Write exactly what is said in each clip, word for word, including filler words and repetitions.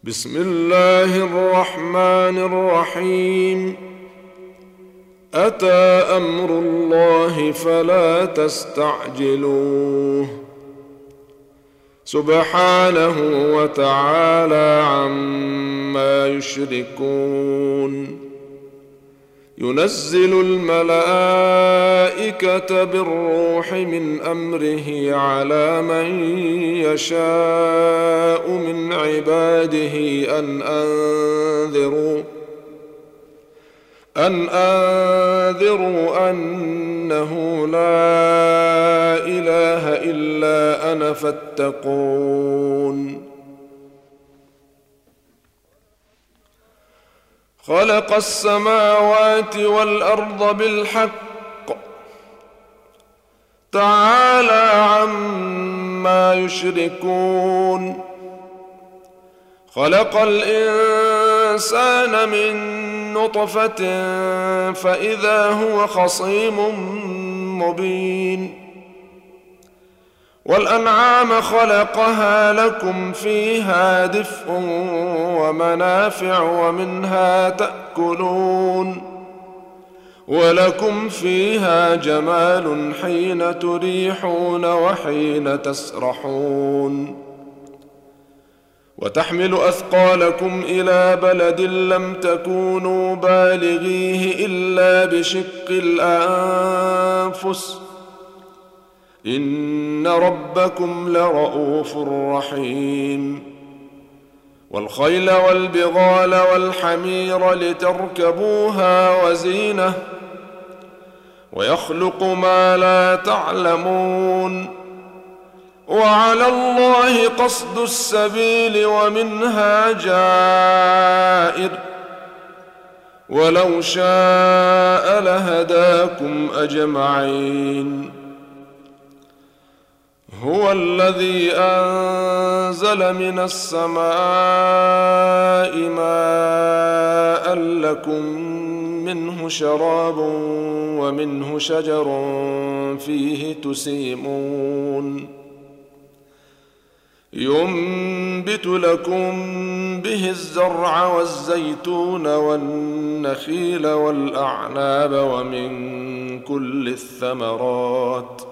بسم الله الرحمن الرحيم. أتى أمر الله فلا تستعجلوه سبحانه وتعالى عما يشركون. ينزل الملائكة بالروح من أمره على من يشاء من عباده أن أنذروا أن أنذروا أنه لا إله إلا أنا فاتقون. خلق السماوات والأرض بالحق تعالى عما يشركون. خلق الإنسان من نطفة فإذا هو خصيم مبين. والأنعام خلقها لكم فيها دفء ومنافع ومنها تأكلون ولكم فيها جمال حين تريحون وحين تسرحون. وتحمل أثقالكم إلى بلد لم تكونوا بالغيه إلا بشق الأنفس إن ربكم لرؤوف رحيم. والخيل والبغال والحمير لتركبوها وزينة ويخلق ما لا تعلمون. وعلى الله قصد السبيل ومنها جائر ولو شاء لهداكم أجمعين. هو الذي أنزل من السماء ماء لكم منه شراب ومنه شجر فيه تسيمون. ينبت لكم به الزرع والزيتون والنخيل والأعناب ومن كل الثمرات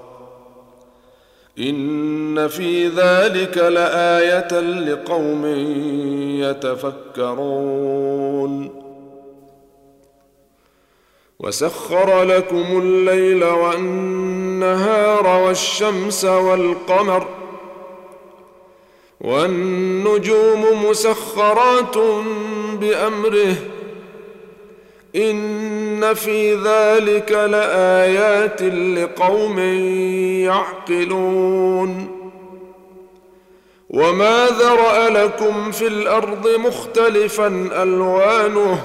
إن في ذلك لآية لقوم يتفكرون. وسخر لكم الليل والنهار والشمس والقمر والنجوم مسخرات بأمره إن في ذلك لآيات لقوم يعقلون. وما ذرأ لكم في الأرض مختلفا ألوانه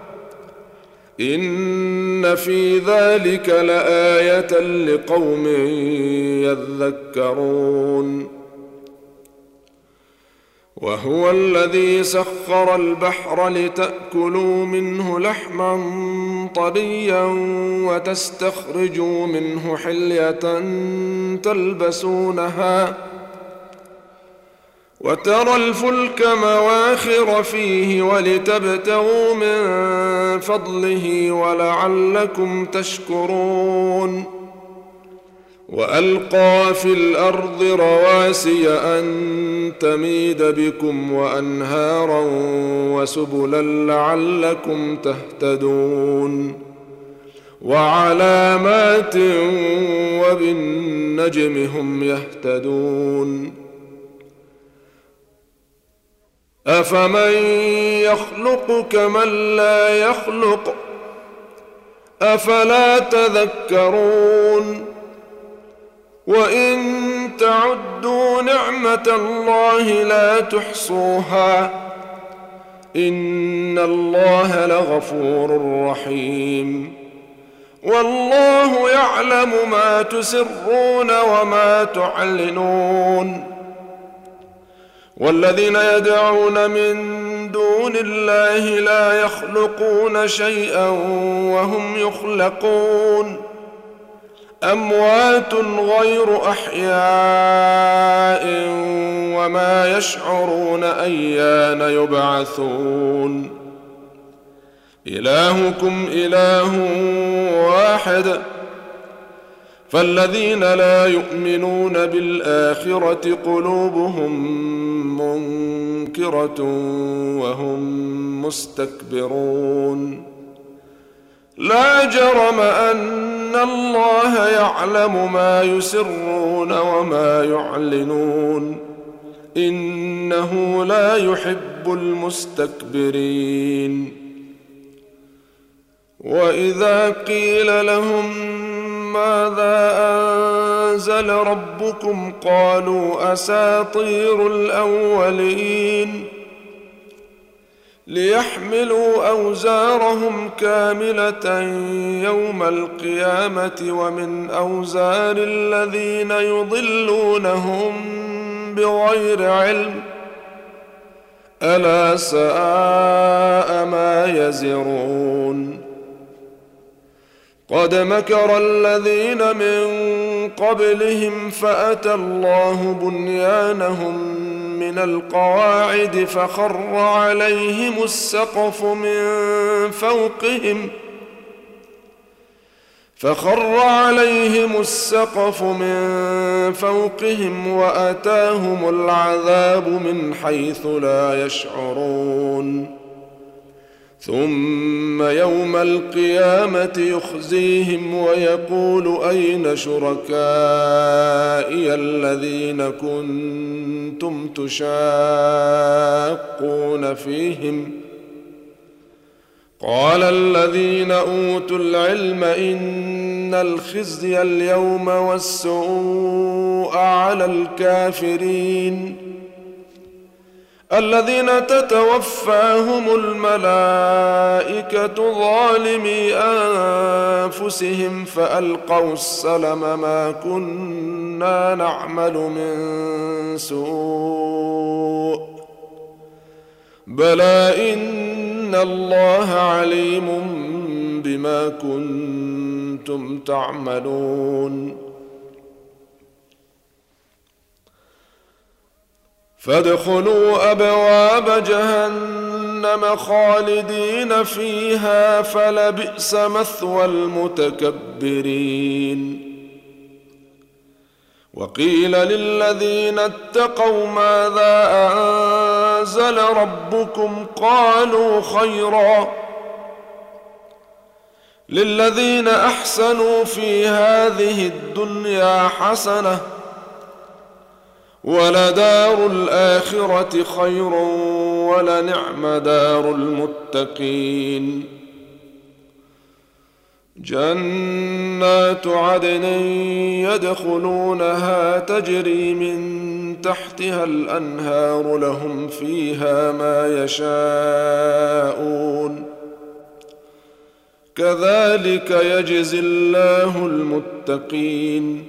إن في ذلك لآية لقوم يذكرون. وهو الذي سخر البحر لتأكلوا منه لحما طريا وتستخرجوا منه حلية تلبسونها وترى الفلك مواخر فيه ولتبتغوا من فضله ولعلكم تشكرون. وألقى في الأرض رواسي أن تميد بكم وأنهارا وسبلا لعلكم تهتدون. وعلامات وبالنجم هم يهتدون. أفمن يخلق كمن لا يخلق أفلا تذكرون. وإن تعدوا نعمة الله لا تحصوها إن الله لغفور رحيم. والله يعلم ما تسرون وما تعلنون. والذين يدعون من دون الله لا يخلقون شيئا وهم يخلقون أموات غير أحياء وما يشعرون أيان يبعثون إلهكم إله واحد فالذين لا يؤمنون بالآخرة قلوبهم منكرة وهم مستكبرون لا جرم أن الله يعلم ما يسرون وما يعلنون إنه لا يحب المستكبرين وإذا قيل لهم ماذا أنزل ربكم قالوا أساطير الأولين ليحملوا أوزارهم كاملة يوم القيامة ومن أوزار الذين يضلونهم بغير علم ألا ساء ما يزرون قد مكر الذين من قبلهم فأتى الله بنيانهم من القواعد فخر عليهم السقف من فوقهم فخر عليهم السقف من فوقهم وأتاهم العذاب من حيث لا يشعرون ثم يوم القيامة يخزيهم ويقول أين شركائي الذين كنتم تشاقون فيهم قال الذين أوتوا العلم إن الخزي اليوم والسوء على الكافرين الذين تتوفاهم الملائكة ظالمي أنفسهم فألقوا السلم ما كنا نعمل من سوء بلى إن الله عليم بما كنتم تعملون فادخلوا أبواب جهنم خالدين فيها فلبئس مثوى المتكبرين وقيل للذين اتقوا ماذا أنزل ربكم قالوا خيرا للذين أحسنوا في هذه الدنيا حسنة ولدار الآخرة خير ولنعم دار المتقين جنات عدن يدخلونها تجري من تحتها الأنهار لهم فيها ما يشاءون كذلك يجزي الله المتقين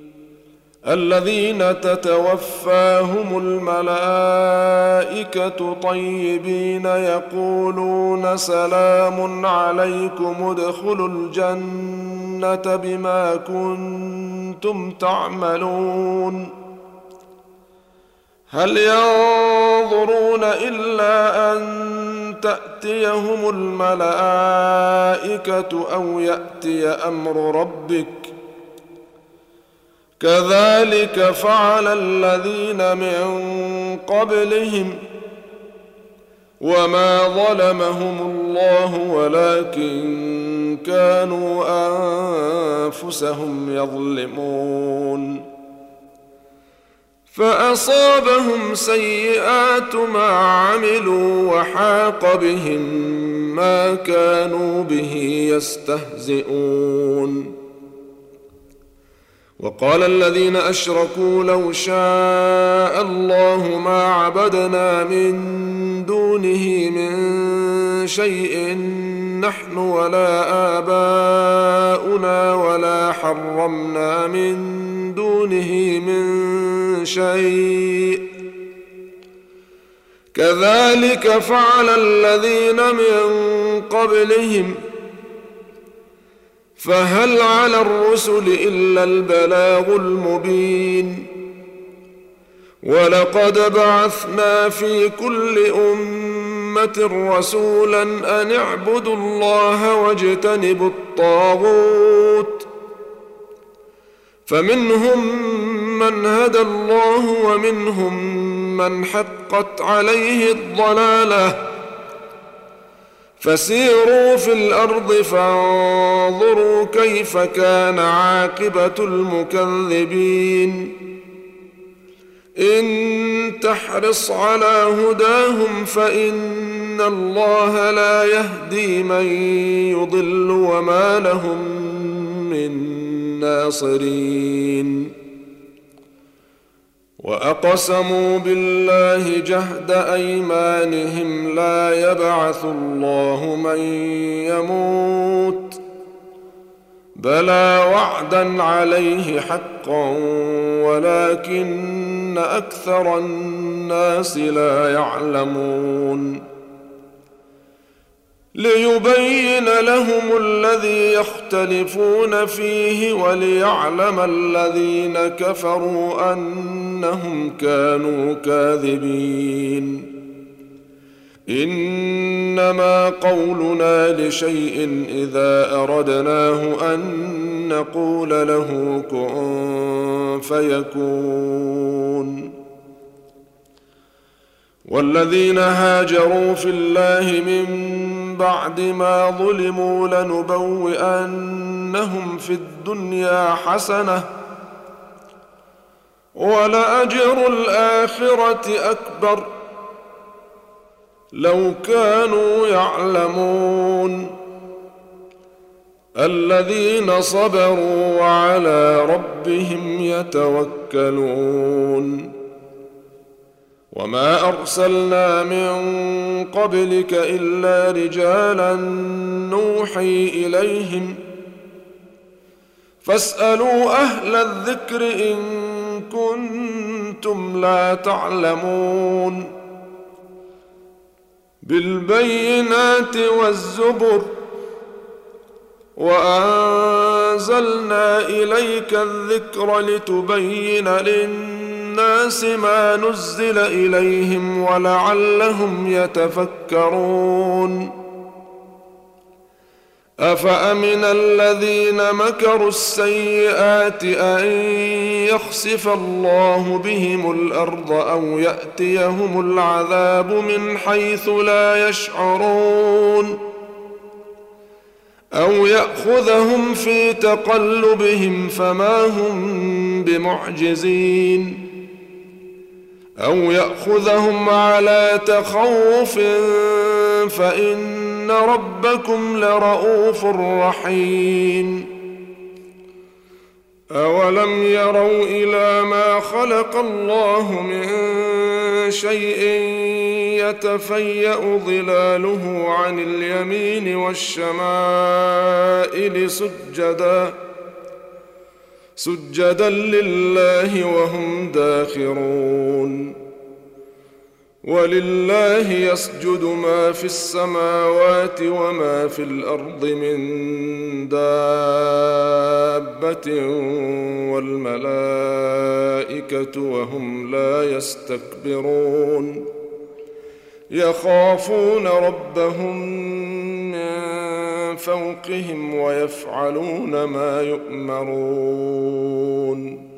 الذين تتوفاهم الملائكة طيبين يقولون سلام عليكم ادخلوا الجنة بما كنتم تعملون هل ينظرون إلا أن تأتيهم الملائكة أو يأتي أمر ربك كذلك فعل الذين من قبلهم وما ظلمهم الله ولكن كانوا أنفسهم يظلمون فأصابهم سيئات ما عملوا وحاق بهم ما كانوا به يستهزئون وقال الذين أشركوا لو شاء الله ما عبدنا من دونه من شيء نحن ولا آباؤنا ولا حرمنا من دونه من شيء كذلك فعل الذين من قبلهم فهل على الرسل إلا البلاغ المبين ولقد بعثنا في كل أمة رسولا أن اعبدوا الله واجتنبوا الطاغوت فمنهم من هدى الله ومنهم من حقت عليه الضلالة فسيروا في الأرض فانظروا كيف كان عاقبة المكذبين إن تحرص على هداهم فإن الله لا يهدي من يضل وما لهم من ناصرين وأقسموا بالله جهد أيمانهم لا يبعث الله من يموت بلى وعدا عليه حقا ولكن أكثر الناس لا يعلمون ليبين لهم الذي يختلفون فيه وليعلم الذين كفروا أنهم كانوا كاذبين إنما قولنا لشيء إذا أردناه أن نقول له كن فيكون والذين هاجروا في الله من بعد ما ظلموا لنبوئنهم في الدنيا حسنة ولأجر الآخرة أكبر لو كانوا يعلمون الذين صبروا وعلى ربهم يتوكلون وما أرسلنا من قبلك إلا رجالا نوحي إليهم فاسألوا أهل الذكر إن كنتم لا تعلمون بالبينات والزبر وأنزلنا إليك الذكر لتبين للناس ما نزل إليهم ولعلهم يتفكرون أفأمن الذين مكروا السيئات أن يخسف الله بهم الأرض أو يأتيهم العذاب من حيث لا يشعرون أو يأخذهم في تقلبهم فما هم بمعجزين أو يأخذهم على تخوف فإن ربكم لرؤوف رحيم أولم يروا إلى ما خلق الله من شيء يتفيأ ظلاله عن اليمين والشمائل سجدا سجدا لله وهم داخرون ولله يسجد ما في السماوات وما في الأرض من دابة والملائكة وهم لا يستكبرون يخافون ربهم من فوقهم ويفعلون ما يؤمرون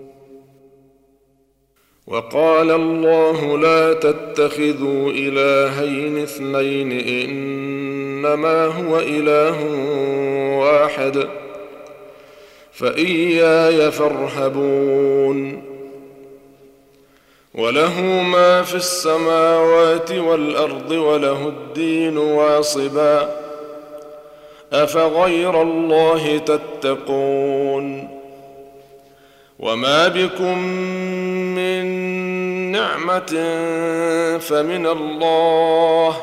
وقال الله لا تتخذوا إلهين اثنين إنما هو إله واحد فإياي فارهبون وله ما في السماوات والأرض وله الدين واصبا أفغير الله تتقون وما بكم من نعمة فمن الله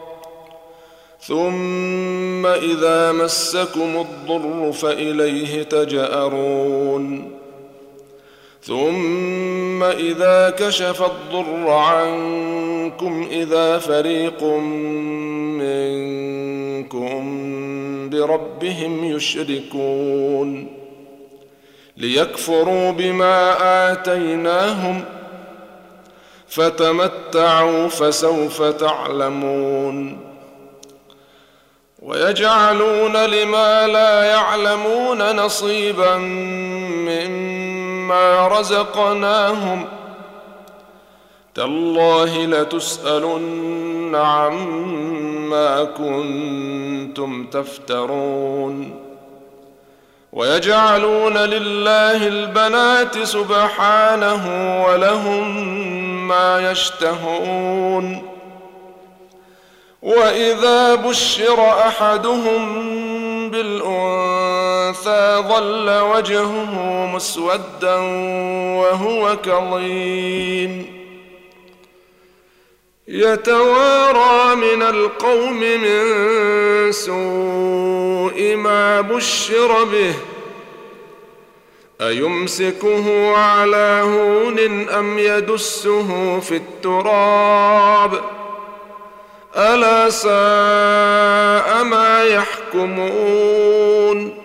ثم إذا مسكم الضر فإليه تجأرون ثم إذا كشف الضر عنكم عنكم إذا فريق منكم بربهم يشركون ليكفروا بما آتيناهم فتمتعوا فسوف تعلمون ويجعلون لما لا يعلمون نصيبا مما رزقناهم تالله لتسألن عما كنتم تفترون ويجعلون لله البنات سبحانه ولهم ما يشتهون وإذا بشر أحدهم بالأنثى ظل وجهه مسودا وهو كظيم يتوارى من القوم من سوء ما بشر به أيمسكه على هون أم يدسه في التراب ألا ساء ما يحكمون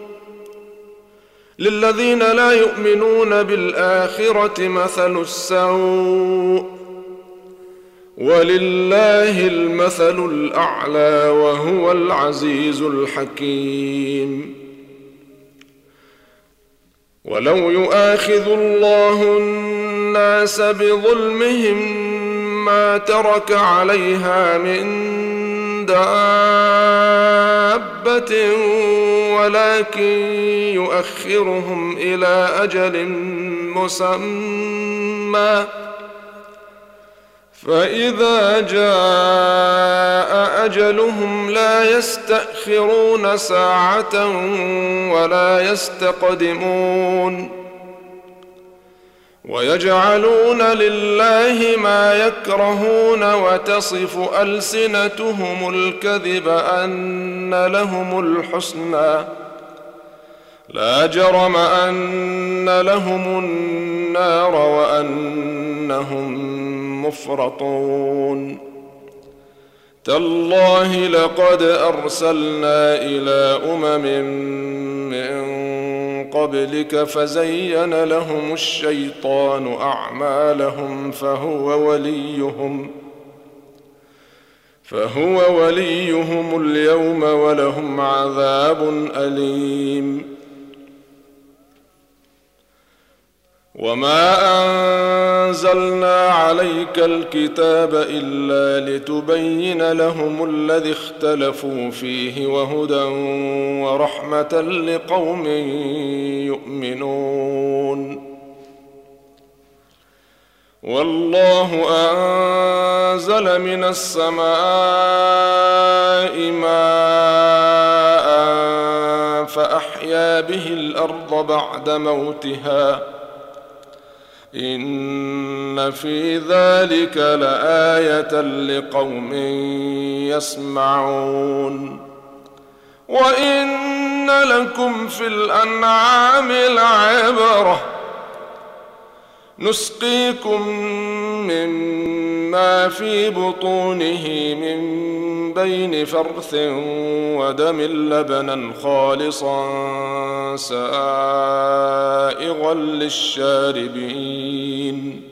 للذين لا يؤمنون بالآخرة مثل السوء ولله المثل الأعلى وهو العزيز الحكيم ولو يؤاخذ الله الناس بظلمهم ما ترك عليها من دابة ولكن يؤخرهم إلى أجل مسمى فإذا جاء أجلهم لا يستأخرون ساعة ولا يستقدمون ويجعلون لله ما يكرهون وتصف ألسنتهم الكذب أن لهم الحسنى لا جرم أن لهم النار وأنهم مفرطون تالله لقد أرسلنا إلى أمم من قبلك فزين لهم الشيطان أعمالهم فهو وليهم فهو وليهم اليوم ولهم عذاب أليم وما أنزلنا عليك الكتاب إلا لتبين لهم الذي اختلفوا فيه وهدى ورحمة لقوم يؤمنون والله أنزل من السماء ماء فأحيا به الأرض بعد موتها إن في ذلك لآية لقوم يسمعون وإن لكم في الأنعام لعبرة نسقيكم مما في بطونه من بين فرث ودم لبنا خالصا سائغا للشاربين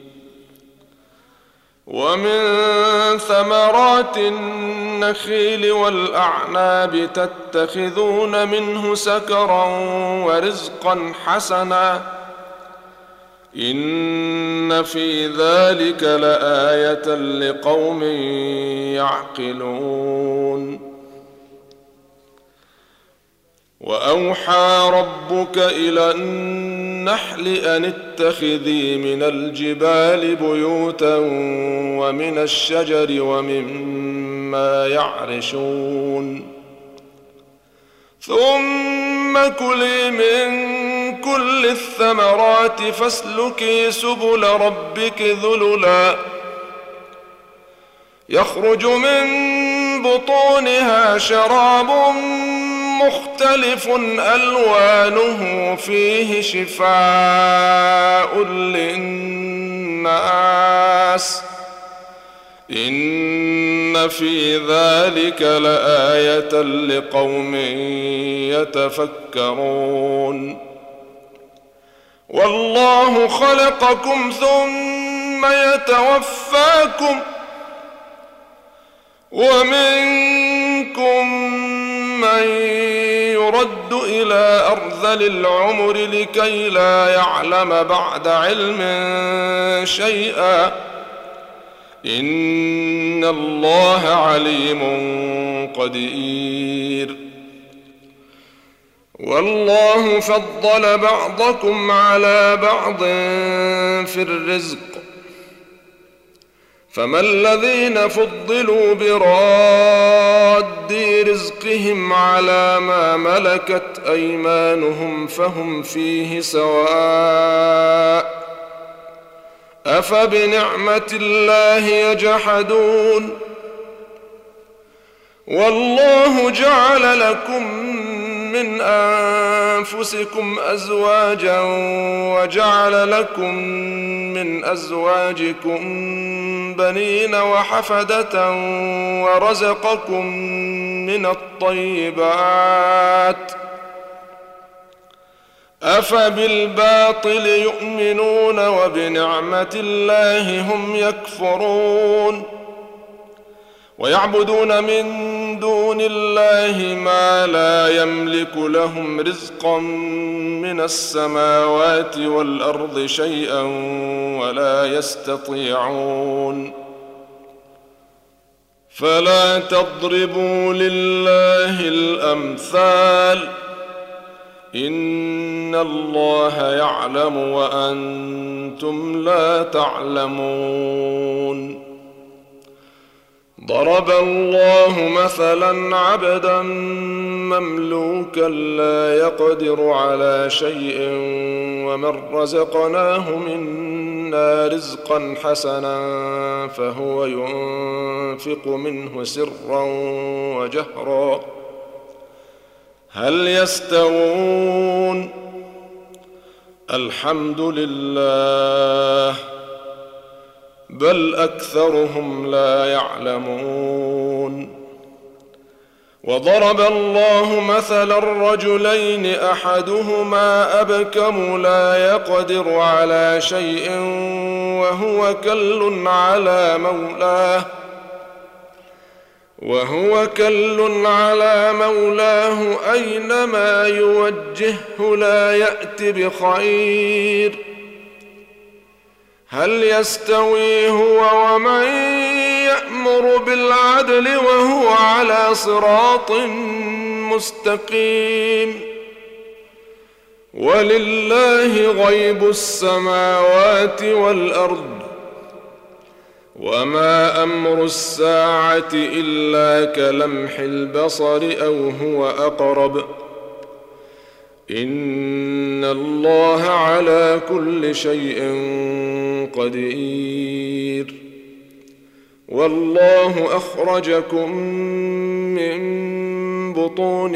ومن ثمرات النخيل والأعناب تتخذون منه سكرا ورزقا حسنا إن في ذلك لآية لقوم يعقلون وأوحى ربك إلى النحل أن اتخذي من الجبال بيوتا ومن الشجر ومما يعرشون ثم كلي من كل الثمرات فاسلكي سبل ربك ذللا يخرج من بطونها شراب مختلف ألوانه فيه شفاء للناس إن في ذلك لآية لقوم يتفكرون. والله خلقكم ثم يتوفاكم ومنكم من يرد إلى أرذل العمر لكي لا يعلم بعد علم شيئا إن الله عليم قدير. والله فضل بعضكم على بعض في الرزق فما الذين فضلوا براد رزقهم على ما ملكت أيمانهم فهم فيه سواء أفبنعمة الله يجحدون. والله جعل لكم من أنفسكم أزواجا وجعل لكم من أزواجكم بنين وحفدة ورزقكم من الطيبات أفبالباطل يؤمنون وبنعمة الله هم يكفرون. ويعبدون من دون الله ما لا يملك لهم رزقا من السماوات والأرض شيئا ولا يستطيعون. فلا تضربوا لله الأمثال إن الله يعلم وأنتم لا تعلمون. ضرب الله مثلا عبدا مملوكا لا يقدر على شيء ومن رزقناه منا رزقا حسنا فهو ينفق منه سرا وجهرا هل يستوون؟ الحمد لله بل أكثرهم لا يعلمون. وضرب الله مثلا رجلين أحدهما أبكم لا يقدر على شيء وهو كل على مولاه وهو كل على مولاه أينما يوجهه لا يأت بخير هل يستوي هو ومن يأمر بالعدل وهو على صراط مستقيم. ولله غيب السماوات والأرض وما أمر الساعة إلا كلمح البصر أو هو أقرب إن الله على كل شيء قدير. والله أخرجكم من بطون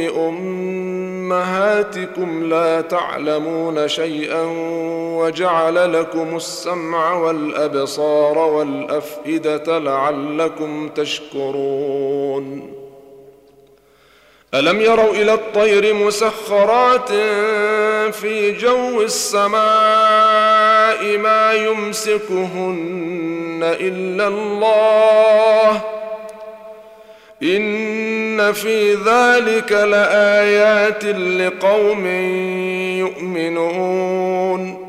أمهاتكم لا تعلمون شيئا وجعل لكم السمع والأبصار والأفئدة لعلكم تشكرون. ألم يروا إلى الطير مسخرات في جو السماء ما يمسكهن إلا الله إن في ذلك لآيات لقوم يؤمنون.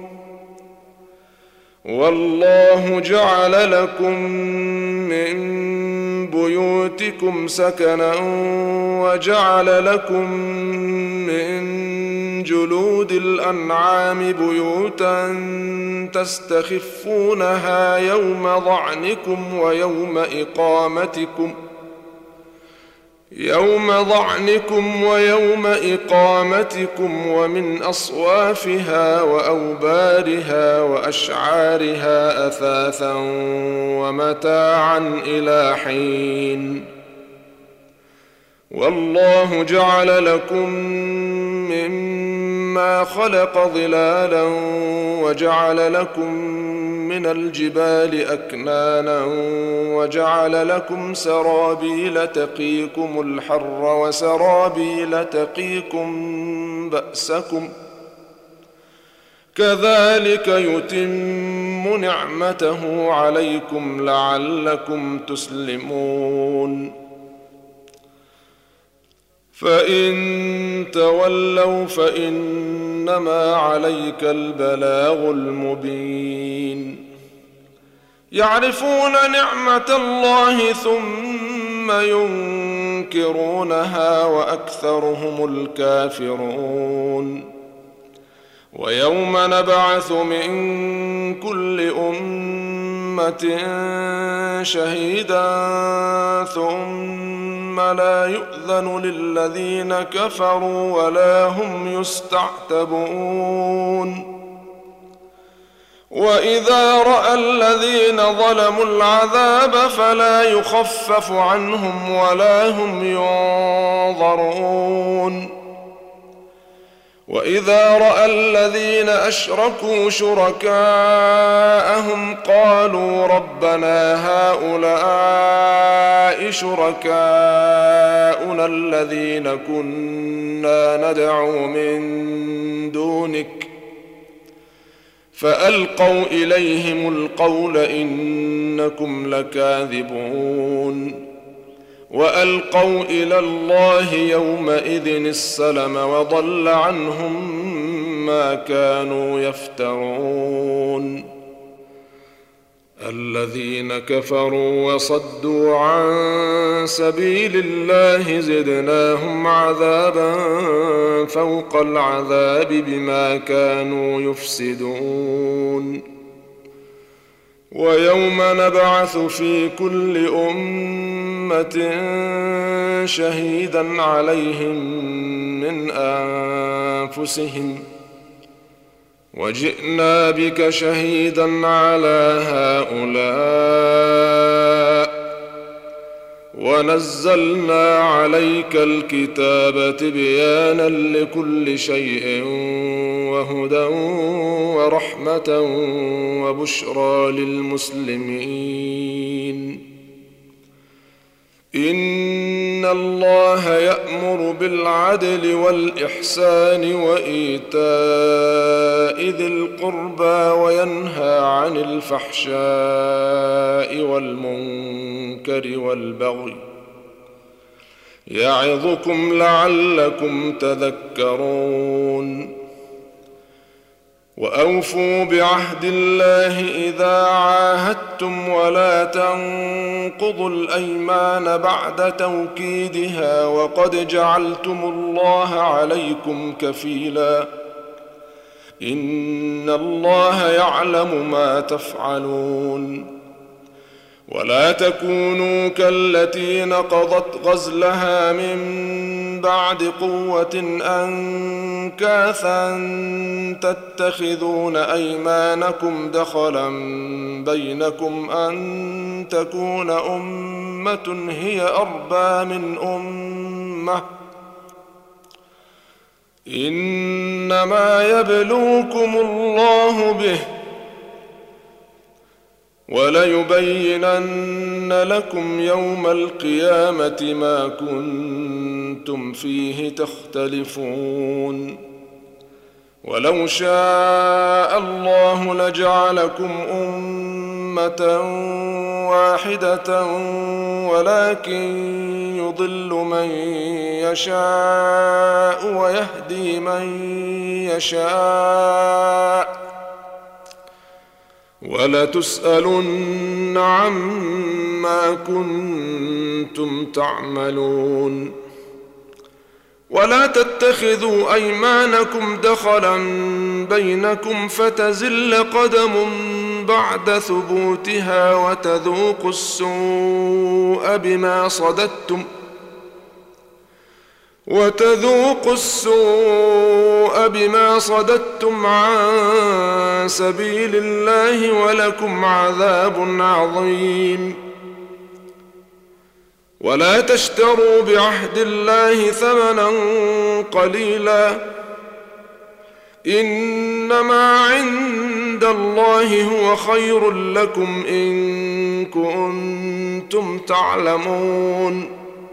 والله جعل لكم من بيوتكم سكنا وجعل لكم من جلود الأنعام بيوتا تستخفونها يوم ضعنكم ويوم إقامتكم يوم ضعنكم ويوم إقامتكم ومن أصوافها وأوبارها وأشعارها أثاثا ومتاعا إلى حين. والله جعل لكم ما خلق ظلالا وجعل لكم من الجبال أكنانا وجعل لكم سرابيل تقيكم الحر وسرابيل تقيكم بأسكم كذلك يتم نعمته عليكم لعلكم تسلمون فإن تولوا فإنما عليك البلاغ المبين يعرفون نعمة الله ثم ينكرونها وأكثرهم الكافرون ويوم نبعث من كل أمة شهيدا ثم لا يؤذن للذين كفروا ولا هم يستعتبون وإذا رأى الذين ظلموا العذاب فلا يخفف عنهم ولا هم ينظرون وإذا رأى الذين أشركوا شركاءهم قالوا ربنا هؤلاء شركاؤنا الذين كنا ندعو من دونك فألقوا إليهم القول إنكم لكاذبون وألقوا إلى الله يومئذ السلم وضل عنهم ما كانوا يفترون الذين كفروا وصدوا عن سبيل الله زدناهم عذابا فوق العذاب بما كانوا يفسدون ويوم نبعث في كل أمة شهيدا عليهم من أنفسهم وجئنا بك شهيدا على هؤلاء ونزلنا عليك الكتاب تبيانا لكل شيء وهدى ورحمة وبشرى للمسلمين إن الله يأمر بالعدل والإحسان وإيتاء ذي القربى وينهى عن الفحشاء والمنكر والبغي يعظكم لعلكم تذكرون وأوفوا بعهد الله إذا عاهدتم ولا تنقضوا الأيمان بعد توكيدها وقد جعلتم الله عليكم كفيلا إن الله يعلم ما تفعلون ولا تكونوا كالتي نقضت غزلها من بعد قوة أنكاثا تتخذون أيمانكم دخلا بينكم أن تكون أمة هي أربى من أمة إنما يبلوكم الله به وليبينن لكم يوم القيامة ما كنتم فيه تختلفون ولو شاء الله لجعلكم أمة واحدة ولكن يضل من يشاء ويهدي من يشاء ولتسألن عما كنتم تعملون ولا تتخذوا أيمانكم دخلا بينكم فتزل قدم بعد ثبوتها وتذوقوا السوء بما صددتم وتذوقوا السوء بما صددتم عن سبيل الله ولكم عذاب عظيم ولا تشتروا بعهد الله ثمنا قليلا إنما عند الله هو خير لكم إن كنتم تعلمون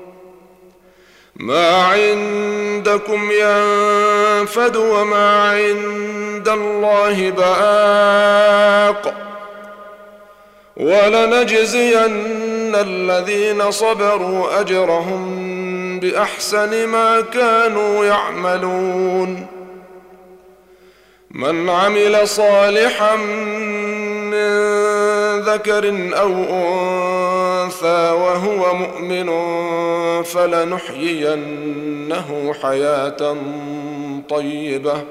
ما عندكم ينفد وما عند الله باق ولنجزين الذين صبروا أجرهم بأحسن ما كانوا يعملون من عمل صالحا من ذكر أو أنثى وهو مؤمن فلنحيينه حياة طيبة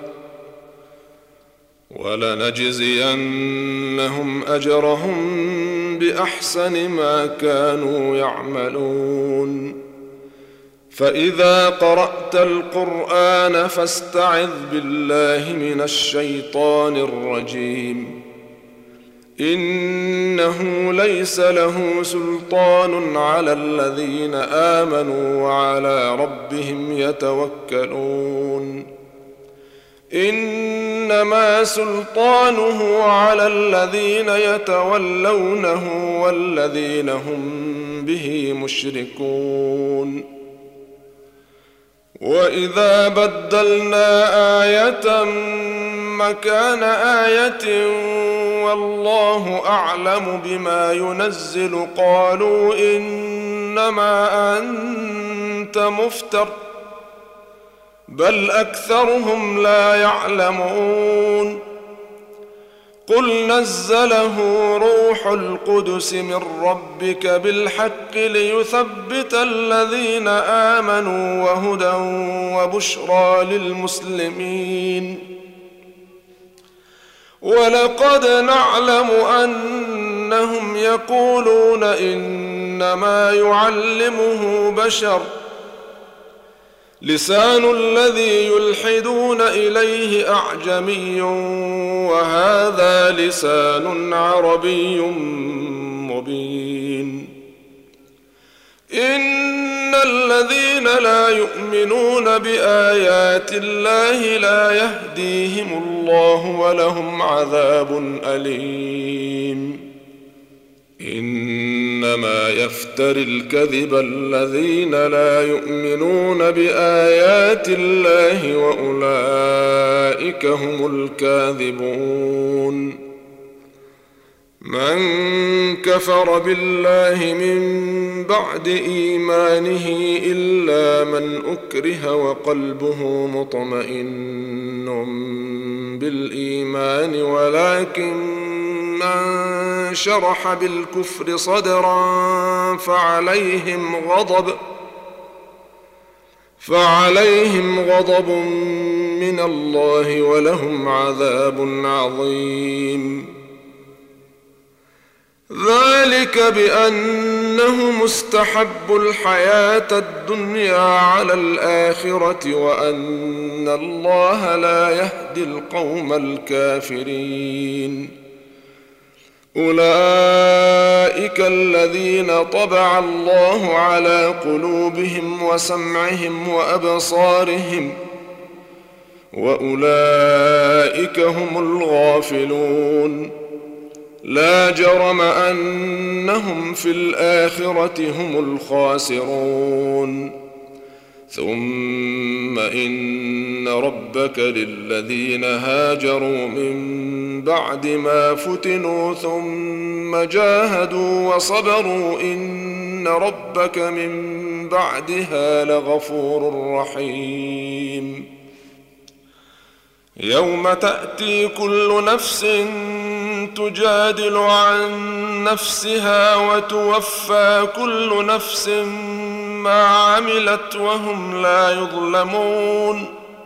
ولنجزينهم أجرهم بأحسن ما كانوا يعملون فإذا قرأت القرآن فاستعذ بالله من الشيطان الرجيم إنه ليس له سلطان على الذين آمنوا وعلى ربهم يتوكلون إنما سلطانه على الذين يتولونه والذين هم به مشركون وإذا بدلنا آية مكان آية والله أعلم بما ينزل قالوا إنما أنت مفتر بل أكثرهم لا يعلمون قل نزله روح القدس من ربك بالحق ليثبت الذين آمنوا وهدى وبشرى للمسلمين ولقد نعلم أنهم يقولون إنما يعلمه بشر لسان الذي يلحدون إليه أعجمي وهذا لسان عربي مبين إن الذين لا يؤمنون بآيات الله لا يهديهم الله ولهم عذاب أليم إنما يفتري الكذب الذين لا يؤمنون بآيات الله وأولئك هم الكاذبون من كفر بالله من بعد إيمانه إلا من أكره وقلبه مطمئن بالإيمان ولكن من شرح بالكفر صدرا فعليهم غضب فعليهم غضب من الله ولهم عذاب عظيم ذلك بأنه مستحب الحياة الدنيا على الآخرة وأن الله لا يهدي القوم الكافرين أولئك الذين طبع الله على قلوبهم وسمعهم وأبصارهم وأولئك هم الغافلون لا جرم أنهم في الآخرة هم الخاسرون ثم إن ربك للذين هاجروا من بعد ما فتنوا ثم جاهدوا وصبروا إن ربك من بعدها لغفور رحيم يوم تأتي كل نفس تجادل عن نفسها وتوفى كل نفس ما عملت وهم لا يظلمون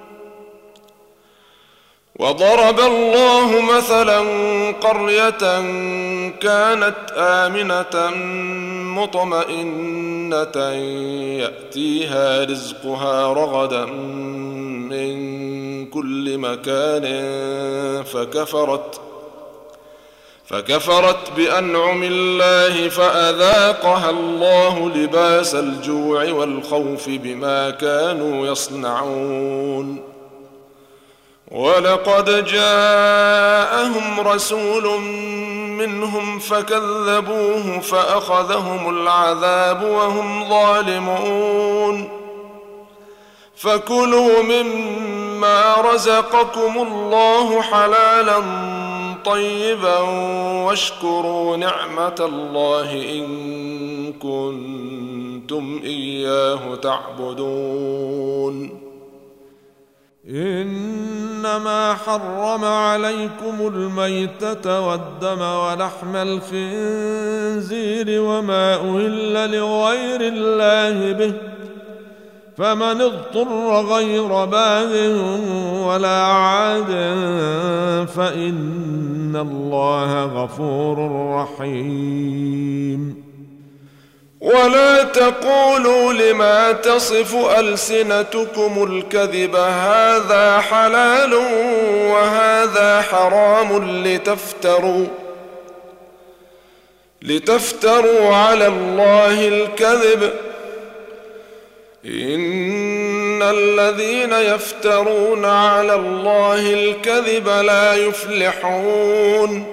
وضرب الله مثلا قرية كانت آمنة مطمئنة يأتيها رزقها رغدا من كل مكان فكفرت فكفرت بأنعم الله فأذاقها الله لباس الجوع والخوف بما كانوا يصنعون ولقد جاءهم رسول منهم فكذبوه فأخذهم العذاب وهم ظالمون فكلوا مما رزقكم الله حلالا طيبا واشكروا نعمة الله إن كنتم إياه تعبدون إنما حرم عليكم الميتة والدم ولحم الخنزير وما أهل لغير الله به فمن اضطر غير باغ ولا عاد فإن الله غفور رحيم ولا تقولوا لما تصف ألسنتكم الكذب هذا حلال وهذا حرام لتفتروا لتفتروا على الله الكذب إن الذين يفترون على الله الكذب لا يفلحون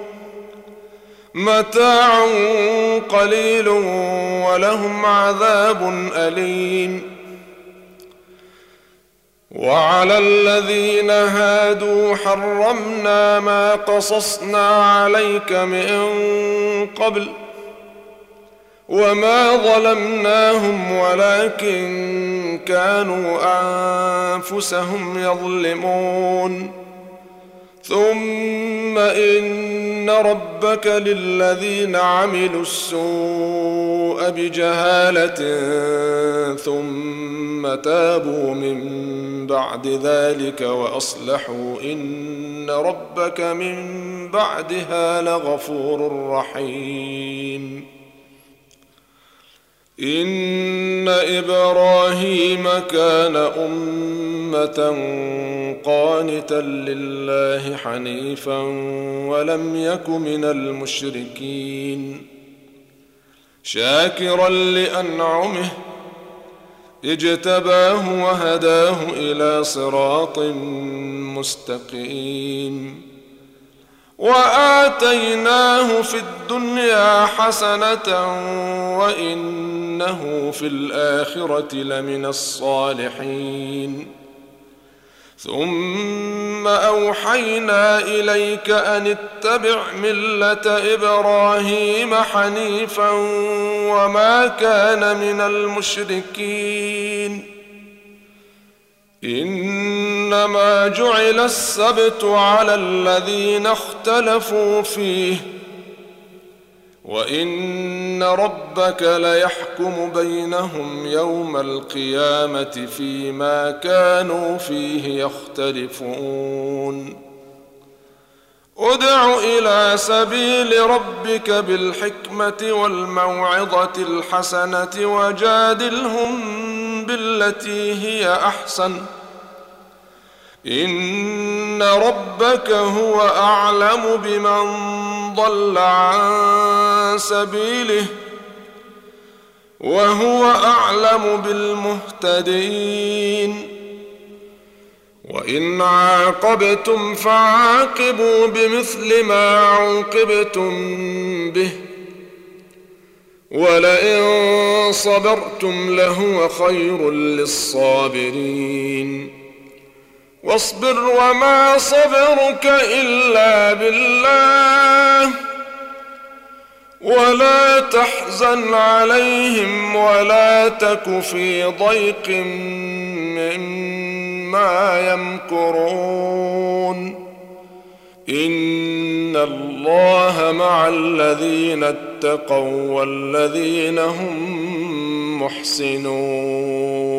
متاع قليل ولهم عذاب أليم وعلى الذين هادوا حرمنا ما قصصنا عليك من قبل وما ظلمناهم ولكن كانوا أنفسهم يظلمون ثم إن ربك للذين عملوا السوء بجهالة ثم تابوا من بعد ذلك وأصلحوا إن ربك من بعدها لغفور رحيم إن إبراهيم كان أمة قانتا لله حنيفا ولم يك من المشركين شاكرا لأنعمه اجتباه وهداه إلى صراط مستقيم وآتيناه في الدنيا حسنة وإنه في الآخرة لمن الصالحين ثم أوحينا إليك أن اتبع ملة إبراهيم حنيفا وما كان من المشركين إنما جعل السبت على الذين اختلفوا فيه وإن ربك ليحكم بينهم يوم القيامة فيما كانوا فيه يختلفون ادع إلى سبيل ربك بالحكمة والموعظة الحسنة وجادلهم بالتي هي أحسن إن ربك هو أعلم بمن ضل عن سبيله وهو أعلم بالمهتدين وإن عاقبتم فعاقبوا بمثل ما عوقبتم به ولئن صبرتم لهو خير للصابرين واصبر وما صبرك إلا بالله ولا تحزن عليهم ولا تك في ضيق مما يمكرون إن الله مع الذين اتقوا والذين هم محسنون